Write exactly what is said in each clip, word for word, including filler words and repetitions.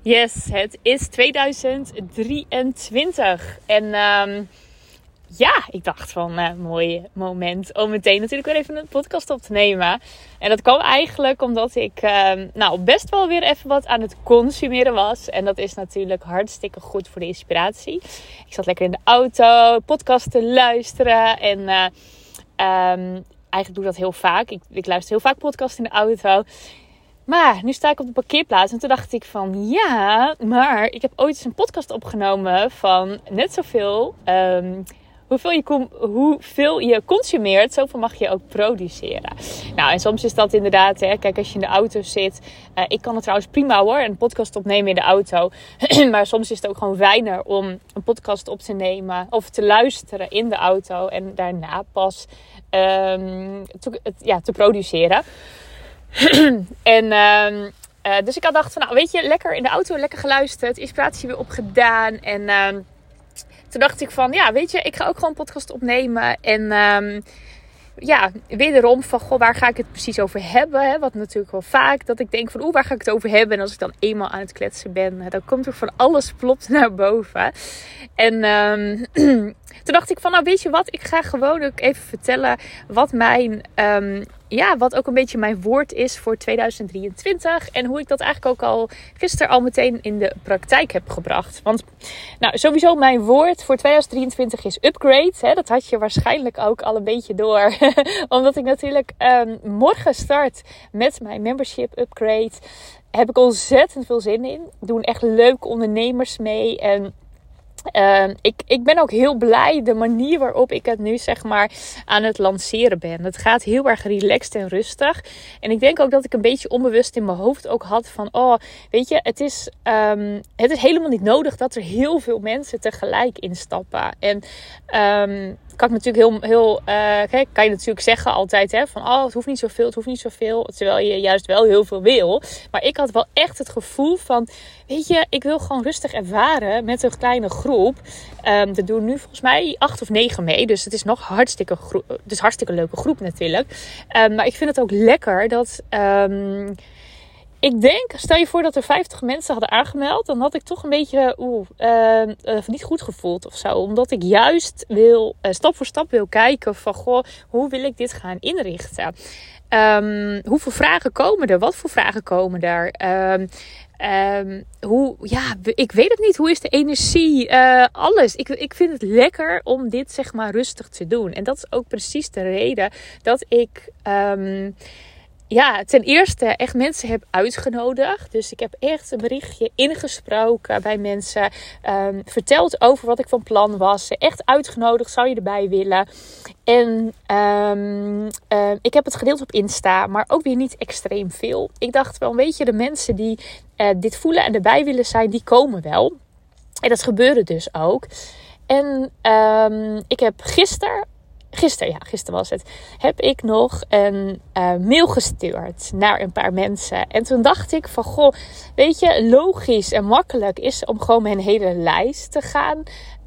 Yes, het is tweeduizend drieëntwintig. En um, ja, ik dacht van een uh, mooi moment om meteen natuurlijk weer even een podcast op te nemen. En dat kwam eigenlijk omdat ik um, nou, best wel weer even wat aan het consumeren was. En dat is natuurlijk hartstikke goed voor de inspiratie. Ik zat lekker in de auto, podcast te luisteren. En uh, um, eigenlijk doe ik dat heel vaak. Ik, ik luister heel vaak podcast in de auto. Maar nu sta ik op de parkeerplaats en toen dacht ik van ja, maar ik heb ooit eens een podcast opgenomen van net zoveel, um, hoeveel, je, hoeveel je consumeert, zoveel mag je ook produceren. Nou, en soms is dat inderdaad, hè, kijk als je in de auto zit, uh, ik kan het trouwens prima hoor, een podcast opnemen in de auto. Maar soms is het ook gewoon fijner om een podcast op te nemen of te luisteren in de auto en daarna pas um, te, ja, te produceren. en uh, uh, dus ik had dacht van, nou weet je, lekker in de auto, lekker geluisterd, inspiratie weer opgedaan. En uh, toen dacht ik van, ja weet je, ik ga ook gewoon een podcast opnemen. En uh, ja, wederom van, goh, waar ga ik het precies over hebben? Hè? Wat natuurlijk wel vaak, dat ik denk van, oeh, waar ga ik het over hebben? En als ik dan eenmaal aan het kletsen ben, dan komt er van alles plopt naar boven. En uh, toen dacht ik van, nou weet je wat, ik ga gewoon ook even vertellen wat mijn... Um, Ja, wat ook een beetje mijn woord is voor tweeduizend drieëntwintig. En hoe ik dat eigenlijk ook al gisteren al meteen in de praktijk heb gebracht. Want nou, sowieso mijn woord voor tweeduizend drieëntwintig is upgrade. Hè? Dat had je waarschijnlijk ook al een beetje door. Omdat ik natuurlijk um, morgen start met mijn membership upgrade. Heb ik ontzettend veel zin in. Doen echt leuke ondernemers mee. En... Uh, ik, ik ben ook heel blij de manier waarop ik het nu zeg maar aan het lanceren ben. Het gaat heel erg relaxed en rustig. En ik denk ook dat ik een beetje onbewust in mijn hoofd ook had van... Oh, weet je, het is, um, het is helemaal niet nodig dat er heel veel mensen tegelijk instappen. En... Um, kan ik natuurlijk heel, heel uh, kijk, kan je natuurlijk zeggen altijd, hè, van oh, het hoeft niet zoveel, het hoeft niet zoveel, terwijl je juist wel heel veel wil. Maar ik had wel echt het gevoel van, weet je, ik wil gewoon rustig ervaren met een kleine groep. Um, er doen nu volgens mij acht of negen mee, dus het is nog hartstikke, gro- dus hartstikke leuke groep natuurlijk. Um, maar ik vind het ook lekker dat... Um, Ik denk, stel je voor dat er vijftig mensen hadden aangemeld. Dan had ik toch een beetje oeh, uh, uh, niet goed gevoeld of zo. Omdat ik juist wil, uh, stap voor stap wil kijken van... Goh, hoe wil ik dit gaan inrichten? Um, hoeveel vragen komen er? Wat voor vragen komen er? Um, um, hoe, ja, ik weet het niet. Hoe is de energie? Uh, alles. Ik, ik vind het lekker om dit zeg maar rustig te doen. En dat is ook precies de reden dat ik... Um, Ja, ten eerste echt mensen heb uitgenodigd. Dus ik heb echt een berichtje ingesproken bij mensen. Um, verteld over wat ik van plan was. Echt uitgenodigd, zou je erbij willen? En um, uh, ik heb het gedeeld op Insta, maar ook weer niet extreem veel. Ik dacht wel, weet je, de mensen die uh, dit voelen en erbij willen zijn, die komen wel. En dat gebeurde dus ook. En um, ik heb gisteren... Gisteren, ja, gisteren was het. Heb ik nog een uh, mail gestuurd naar een paar mensen. En toen dacht ik van, goh, weet je, logisch en makkelijk is om gewoon mijn hele lijst te gaan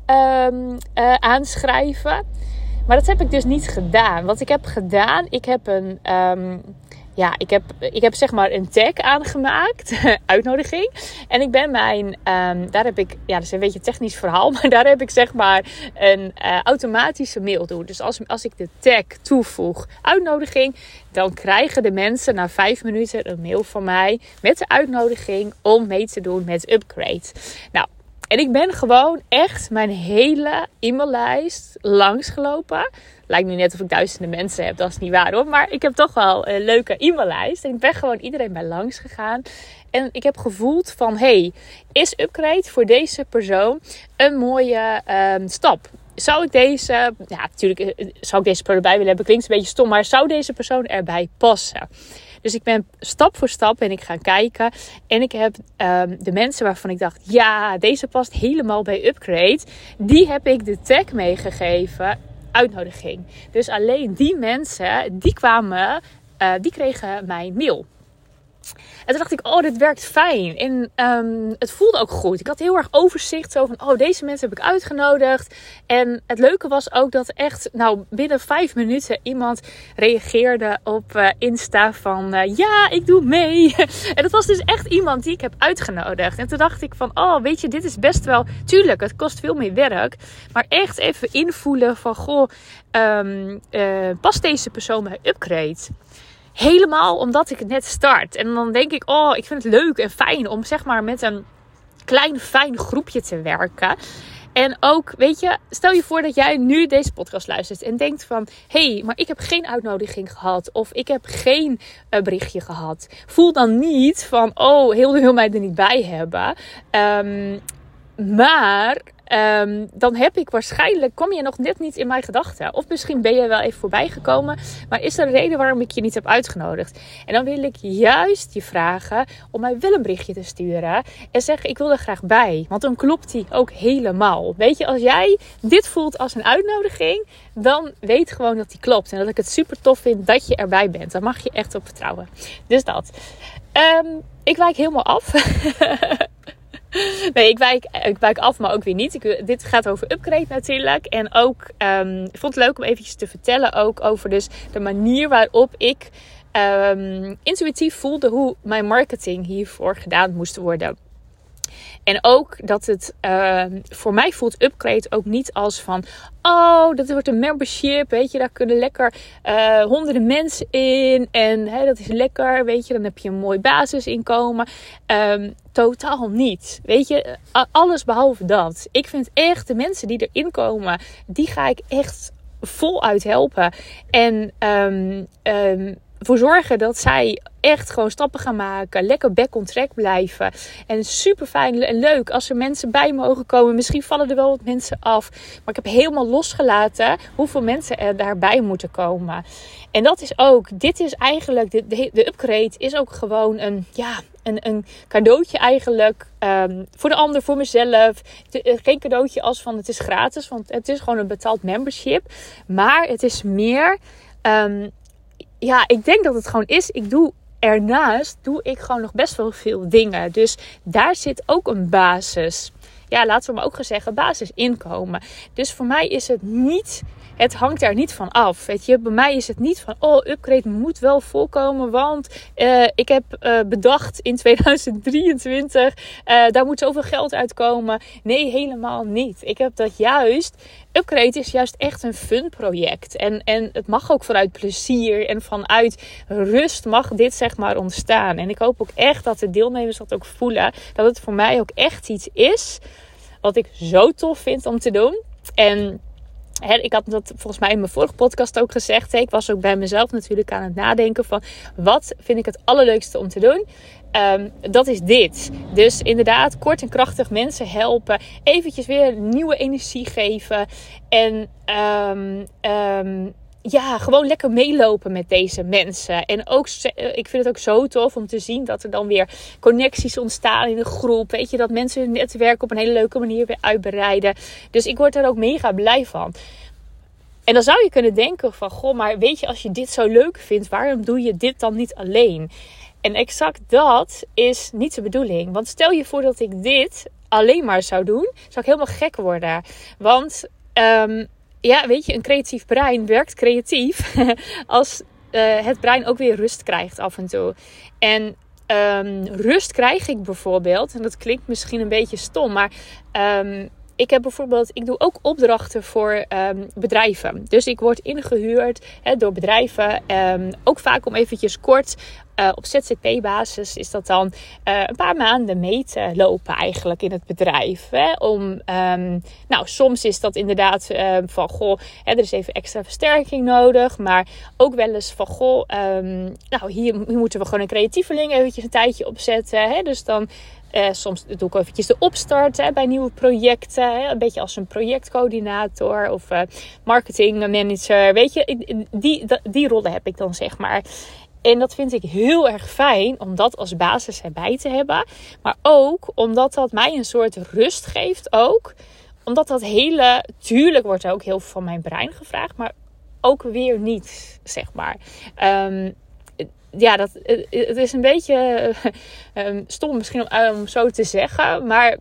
um, uh, aanschrijven. Maar dat heb ik dus niet gedaan. Wat ik heb gedaan, ik heb een... Um, Ja, ik heb, ik heb zeg maar een tag aangemaakt, uitnodiging. En ik ben mijn, um, daar heb ik, ja dat is een beetje een technisch verhaal. Maar daar heb ik zeg maar een uh, automatische mail doen. Dus als, als ik de tag toevoeg, uitnodiging. Dan krijgen de mensen na vijf minuten een mail van mij met de uitnodiging om mee te doen met Upgrade. Nou. En ik ben gewoon echt mijn hele e-maillijst langsgelopen. Lijkt nu net of ik duizenden mensen heb, dat is niet waar hoor. Maar ik heb toch wel een leuke e-maillijst. En ik ben gewoon iedereen bij langs gegaan. En ik heb gevoeld van, hey, is Upgrade voor deze persoon een mooie um, stap? Zou ik deze, ja natuurlijk zou ik deze persoon erbij willen hebben, klinkt een beetje stom. Maar zou deze persoon erbij passen? Dus ik ben stap voor stap ben ik gaan kijken. En ik heb um, de mensen waarvan ik dacht, ja, deze past helemaal bij Upgrade. Die heb ik de tag meegegeven, uitnodiging. Dus alleen die mensen, die kwamen, uh, die kregen mijn mail. En toen dacht ik, oh, dit werkt fijn. En um, het voelde ook goed. Ik had heel erg overzicht. Zo van, oh, deze mensen heb ik uitgenodigd. En het leuke was ook dat echt, nou, binnen vijf minuten iemand reageerde op uh, Insta van, uh, ja, ik doe mee. En dat was dus echt iemand die ik heb uitgenodigd. En toen dacht ik van, oh, weet je, dit is best wel, tuurlijk, het kost veel meer werk. Maar echt even invoelen van, goh, um, uh, past deze persoon bij Upgrade? Helemaal omdat ik het net start. En dan denk ik, oh, ik vind het leuk en fijn om zeg maar met een klein fijn groepje te werken. En ook, weet je, stel je voor dat jij nu deze podcast luistert en denkt van, hé, hey, maar ik heb geen uitnodiging gehad. Of ik heb geen uh, berichtje gehad. Voel dan niet van, oh, heel wil mij er niet bij hebben. Um, maar... Um, dan heb ik waarschijnlijk, kom je nog net niet in mijn gedachten. Of misschien ben je wel even voorbij gekomen. Maar is er een reden waarom ik je niet heb uitgenodigd? En dan wil ik juist je vragen om mij wel een berichtje te sturen. En zeggen, ik wil er graag bij. Want dan klopt die ook helemaal. Weet je, als jij dit voelt als een uitnodiging, dan weet gewoon dat die klopt. En dat ik het super tof vind dat je erbij bent. Daar mag je echt op vertrouwen. Dus dat. Um, ik wijk helemaal af. Nee, ik wijk, ik wijk af, maar ook weer niet. Ik, dit gaat over Upgrade natuurlijk. En ook, um, ik vond het leuk om eventjes te vertellen ook over dus de manier waarop ik um, intuïtief voelde hoe mijn marketing hiervoor gedaan moest worden. En ook dat het uh, voor mij voelt Upgrade ook niet als van, oh, dat wordt een membership, weet je, daar kunnen lekker uh, honderden mensen in. En hè, dat is lekker, weet je, dan heb je een mooi basisinkomen. Um, totaal niet. Weet je, alles behalve dat. Ik vind echt, de mensen die erin komen, die ga ik echt voluit helpen. En um, um, voor zorgen dat zij echt gewoon stappen gaan maken. Lekker back on track blijven. En super fijn en leuk als er mensen bij mogen komen. Misschien vallen er wel wat mensen af. Maar ik heb helemaal losgelaten hoeveel mensen er daarbij moeten komen. En dat is ook, dit is eigenlijk, de, de, de Upgrade is ook gewoon een, ja, een, een cadeautje eigenlijk. Um, voor de ander, voor mezelf. De, geen cadeautje als van het is gratis. Want het is gewoon een betaald membership. Maar het is meer... Um, Ja, ik denk dat het gewoon is. Ik doe ernaast, doe ik gewoon nog best wel veel dingen. Dus daar zit ook een basis. Ja, laten we maar ook gaan zeggen, basisinkomen. Dus voor mij is het niet, het hangt daar niet van af. Weet je, bij mij is het niet van, oh, Upgrade moet wel volkomen. Want uh, ik heb uh, bedacht in tweeduizend drieëntwintig, uh, daar moet zoveel geld uitkomen. Nee, helemaal niet. Ik heb dat juist... Upgrade is juist echt een fun project. En, en het mag ook vanuit plezier en vanuit rust mag dit zeg maar ontstaan. En ik hoop ook echt dat de deelnemers dat ook voelen. Dat het voor mij ook echt iets is wat ik zo tof vind om te doen. En hè, ik had dat volgens mij in mijn vorige podcast ook gezegd. Hè. Ik was ook bij mezelf natuurlijk aan het nadenken van wat vind ik het allerleukste om te doen. Um, dat is dit. Dus inderdaad, kort en krachtig mensen helpen. Eventjes weer nieuwe energie geven. En um, um, ja, gewoon lekker meelopen met deze mensen. En ook, ik vind het ook zo tof om te zien dat er dan weer connecties ontstaan in de groep. Weet je, dat mensen hun netwerk op een hele leuke manier weer uitbreiden. Dus ik word er ook mega blij van. En dan zou je kunnen denken van, goh, maar weet je, als je dit zo leuk vindt, waarom doe je dit dan niet alleen? En exact dat is niet de bedoeling. Want stel je voor dat ik dit alleen maar zou doen, zou ik helemaal gek worden. Want um, ja, weet je, een creatief brein werkt creatief als uh, het brein ook weer rust krijgt af en toe. En um, rust krijg ik bijvoorbeeld, en dat klinkt misschien een beetje stom, maar... Um, Ik heb bijvoorbeeld, ik doe ook opdrachten voor um, bedrijven. Dus ik word ingehuurd hè, door bedrijven. Um, ook vaak om eventjes kort uh, op Z Z P-basis is dat dan uh, een paar maanden mee te lopen eigenlijk in het bedrijf. Hè, om, um, nou, soms is dat inderdaad uh, van, goh, hè, er is even extra versterking nodig. Maar ook wel eens van, goh, um, nou, hier, hier moeten we gewoon een creatieveling eventjes een tijdje opzetten. Hè, dus dan... Uh, soms doe ik eventjes de opstart hè, bij nieuwe projecten. Hè, een beetje als een projectcoördinator of uh, marketingmanager. Weet je, die, die, die rollen heb ik dan zeg maar. En dat vind ik heel erg fijn om dat als basis erbij te hebben. Maar ook omdat dat mij een soort rust geeft ook. Omdat dat hele... Tuurlijk wordt er ook heel veel van mijn brein gevraagd. Maar ook weer niet, zeg maar. Um, ja, dat, het is een beetje uh, um, stom misschien om, om zo te zeggen. Maar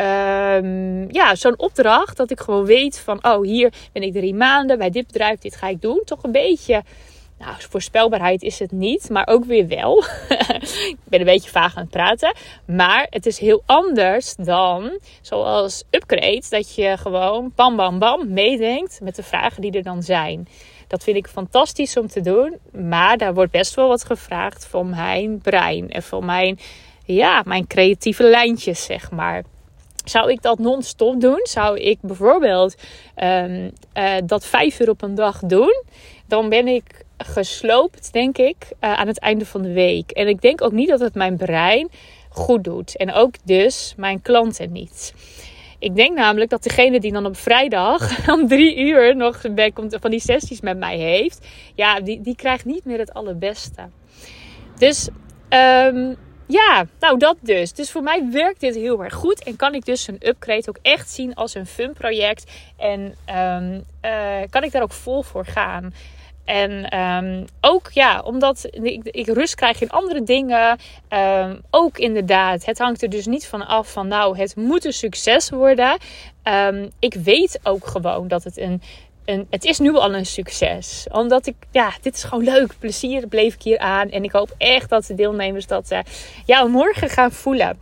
um, ja, zo'n opdracht dat ik gewoon weet van... oh, hier ben ik drie maanden bij dit bedrijf, dit ga ik doen. Toch een beetje... Nou, voorspelbaarheid is het niet, maar ook weer wel. Ik ben een beetje vaag aan het praten. Maar het is heel anders dan zoals Upgrade. Dat je gewoon bam bam bam meedenkt met de vragen die er dan zijn. Dat vind ik fantastisch om te doen. Maar daar wordt best wel wat gevraagd van mijn brein. En van mijn, ja, mijn creatieve lijntjes, zeg maar. Zou ik dat non-stop doen? Zou ik bijvoorbeeld um, uh, dat vijf uur op een dag doen? Dan ben ik gesloopt, denk ik, uh, aan het einde van de week. En ik denk ook niet dat het mijn brein goed doet. En ook dus mijn klanten niet. Ik denk namelijk dat degene die dan op vrijdag om drie uur nog van die sessies met mij heeft, ja, die, die krijgt niet meer het allerbeste. Dus um, ja, nou dat dus. Dus voor mij werkt dit heel erg goed. En kan ik dus een upgrade ook echt zien als een fun project. En um, uh, kan ik daar ook vol voor gaan. En um, ook ja, omdat ik, ik rust krijg in andere dingen. Um, ook inderdaad, het hangt er dus niet van af van nou, het moet een succes worden. Um, ik weet ook gewoon dat het een, een... Het is nu al een succes. Omdat ik, ja, dit is gewoon leuk. Plezier bleef ik hier aan. En ik hoop echt dat de deelnemers dat uh, ja, morgen gaan voelen.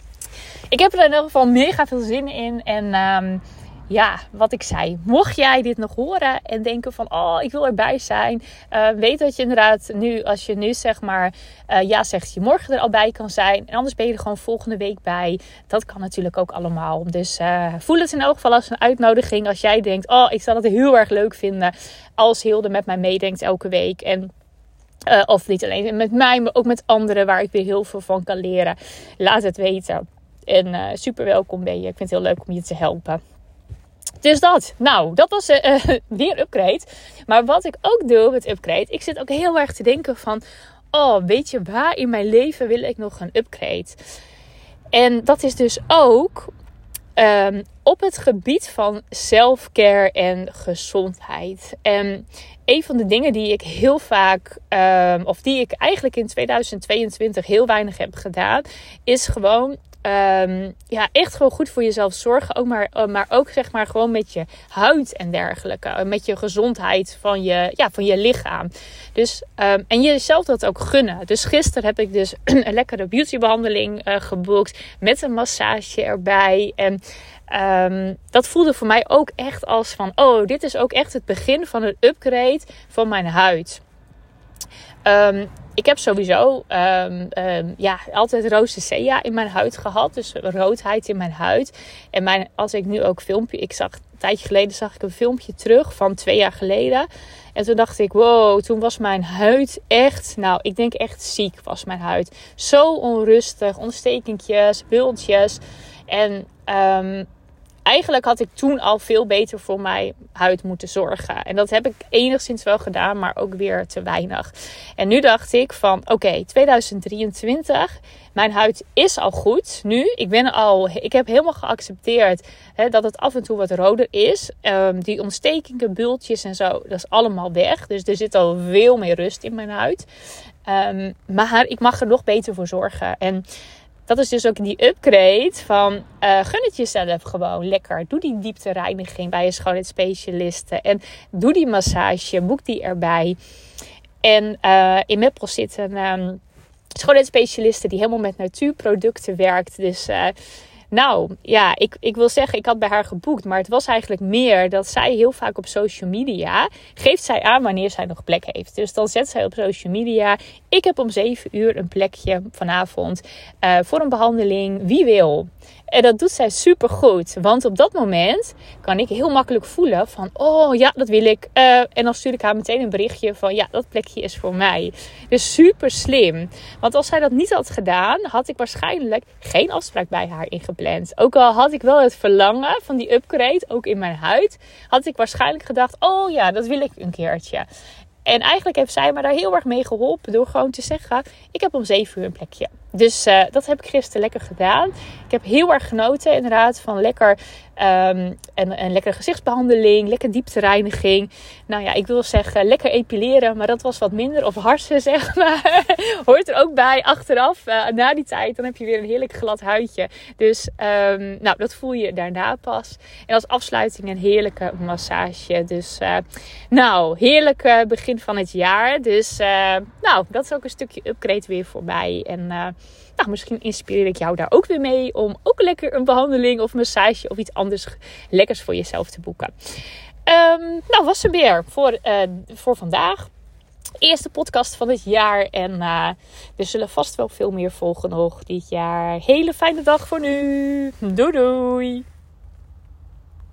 Ik heb er in ieder geval mega veel zin in. En... Um, Ja, wat ik zei. Mocht jij dit nog horen en denken van... oh, ik wil erbij zijn. Uh, weet dat je inderdaad nu, als je nu zeg maar... Uh, ja zegt, je morgen er al bij kan zijn. En anders ben je er gewoon volgende week bij. Dat kan natuurlijk ook allemaal. Dus uh, voel het in elk geval als een uitnodiging. Als jij denkt, oh, ik zou het heel erg leuk vinden... als Hilde met mij meedenkt elke week. En... Uh, of niet alleen met mij, maar ook met anderen... waar ik weer heel veel van kan leren. Laat het weten. En uh, super welkom ben je. Ik vind het heel leuk om je te helpen. Dus dat. Nou, dat was uh, uh, weer Upgrade. Maar wat ik ook doe met Upgrade... ik zit ook heel erg te denken van... oh, weet je, waar in mijn leven wil ik nog een upgrade? En dat is dus ook... Um, op het gebied van self-care en gezondheid. En een van de dingen die ik heel vaak... Um, of die ik eigenlijk in tweeduizend tweeëntwintig heel weinig heb gedaan... is gewoon... Um, ja, echt gewoon goed voor jezelf zorgen. Ook maar, uh, maar ook zeg maar gewoon met je huid en dergelijke. Uh, met je gezondheid van je, ja, van je lichaam. Dus, um, en jezelf dat ook gunnen. Dus gisteren heb ik dus een lekkere beautybehandeling uh, geboekt. Met een massage erbij. En um, dat voelde voor mij ook echt als van... oh, dit is ook echt het begin van een upgrade van mijn huid. Um, ik heb sowieso um, um, ja, altijd rosacea in mijn huid gehad. Dus roodheid in mijn huid. En mijn, als ik nu ook filmpje... Ik zag een tijdje geleden zag ik een filmpje terug van twee jaar geleden. En toen dacht ik, wow, toen was mijn huid echt... Nou, ik denk echt ziek was mijn huid. Zo onrustig, ontstekentjes, bultjes. En... Um, Eigenlijk had ik toen al veel beter voor mijn huid moeten zorgen. En dat heb ik enigszins wel gedaan, maar ook weer te weinig. En nu dacht ik van, oké, okay, tweeduizend drieëntwintig, mijn huid is al goed. Nu, ik ben al, ik heb helemaal geaccepteerd hè, dat het af en toe wat roder is. Um, die ontstekingen, bultjes en zo, dat is allemaal weg. Dus er zit al veel meer rust in mijn huid. Um, maar ik mag er nog beter voor zorgen. En... dat is dus ook die upgrade van uh, gun het jezelf gewoon lekker. Doe die dieptereiniging bij je schoonheidsspecialisten. En doe die massage, boek die erbij. En uh, in Meppel zit een um, schoonheidsspecialiste die helemaal met natuurproducten werkt. Dus uh, nou ja, ik, ik wil zeggen, ik had bij haar geboekt. Maar het was eigenlijk meer dat zij heel vaak op social media... geeft zij aan wanneer zij nog plek heeft. Dus dan zet zij op social media... ik heb om zeven uur een plekje vanavond uh, voor een behandeling. Wie wil? En dat doet zij super goed. Want op dat moment kan ik heel makkelijk voelen van... oh ja, dat wil ik. Uh, en dan stuur ik haar meteen een berichtje van... ja, dat plekje is voor mij. Dus super slim. Want als zij dat niet had gedaan... had ik waarschijnlijk geen afspraak bij haar ingepland. Ook al had ik wel het verlangen van die upgrade... ook in mijn huid... had ik waarschijnlijk gedacht... oh ja, dat wil ik een keertje. En eigenlijk heeft zij me daar heel erg mee geholpen... door gewoon te zeggen... ik heb om zeven uur een plekje. Dus uh, dat heb ik gisteren lekker gedaan. Ik heb heel erg genoten inderdaad van lekker um, een, een lekkere gezichtsbehandeling. Lekker dieptereiniging. Nou ja, ik wil zeggen lekker epileren. Maar dat was wat minder. Of harsen zeg maar. Hoort er ook bij achteraf. Uh, na die tijd dan heb je weer een heerlijk glad huidje. Dus um, nou, dat voel je daarna pas. En als afsluiting een heerlijke massage. Dus uh, nou, heerlijk uh, begin van het jaar. Dus uh, nou, dat is ook een stukje upgrade weer voor mij. En uh, nou, misschien inspireer ik jou daar ook weer mee om ook lekker een behandeling of massage of iets anders lekkers voor jezelf te boeken. Um, nou, was er weer voor, uh, voor vandaag. Eerste podcast van het jaar en uh, er zullen vast wel veel meer volgen nog dit jaar. Hele fijne dag voor nu. Doei doei.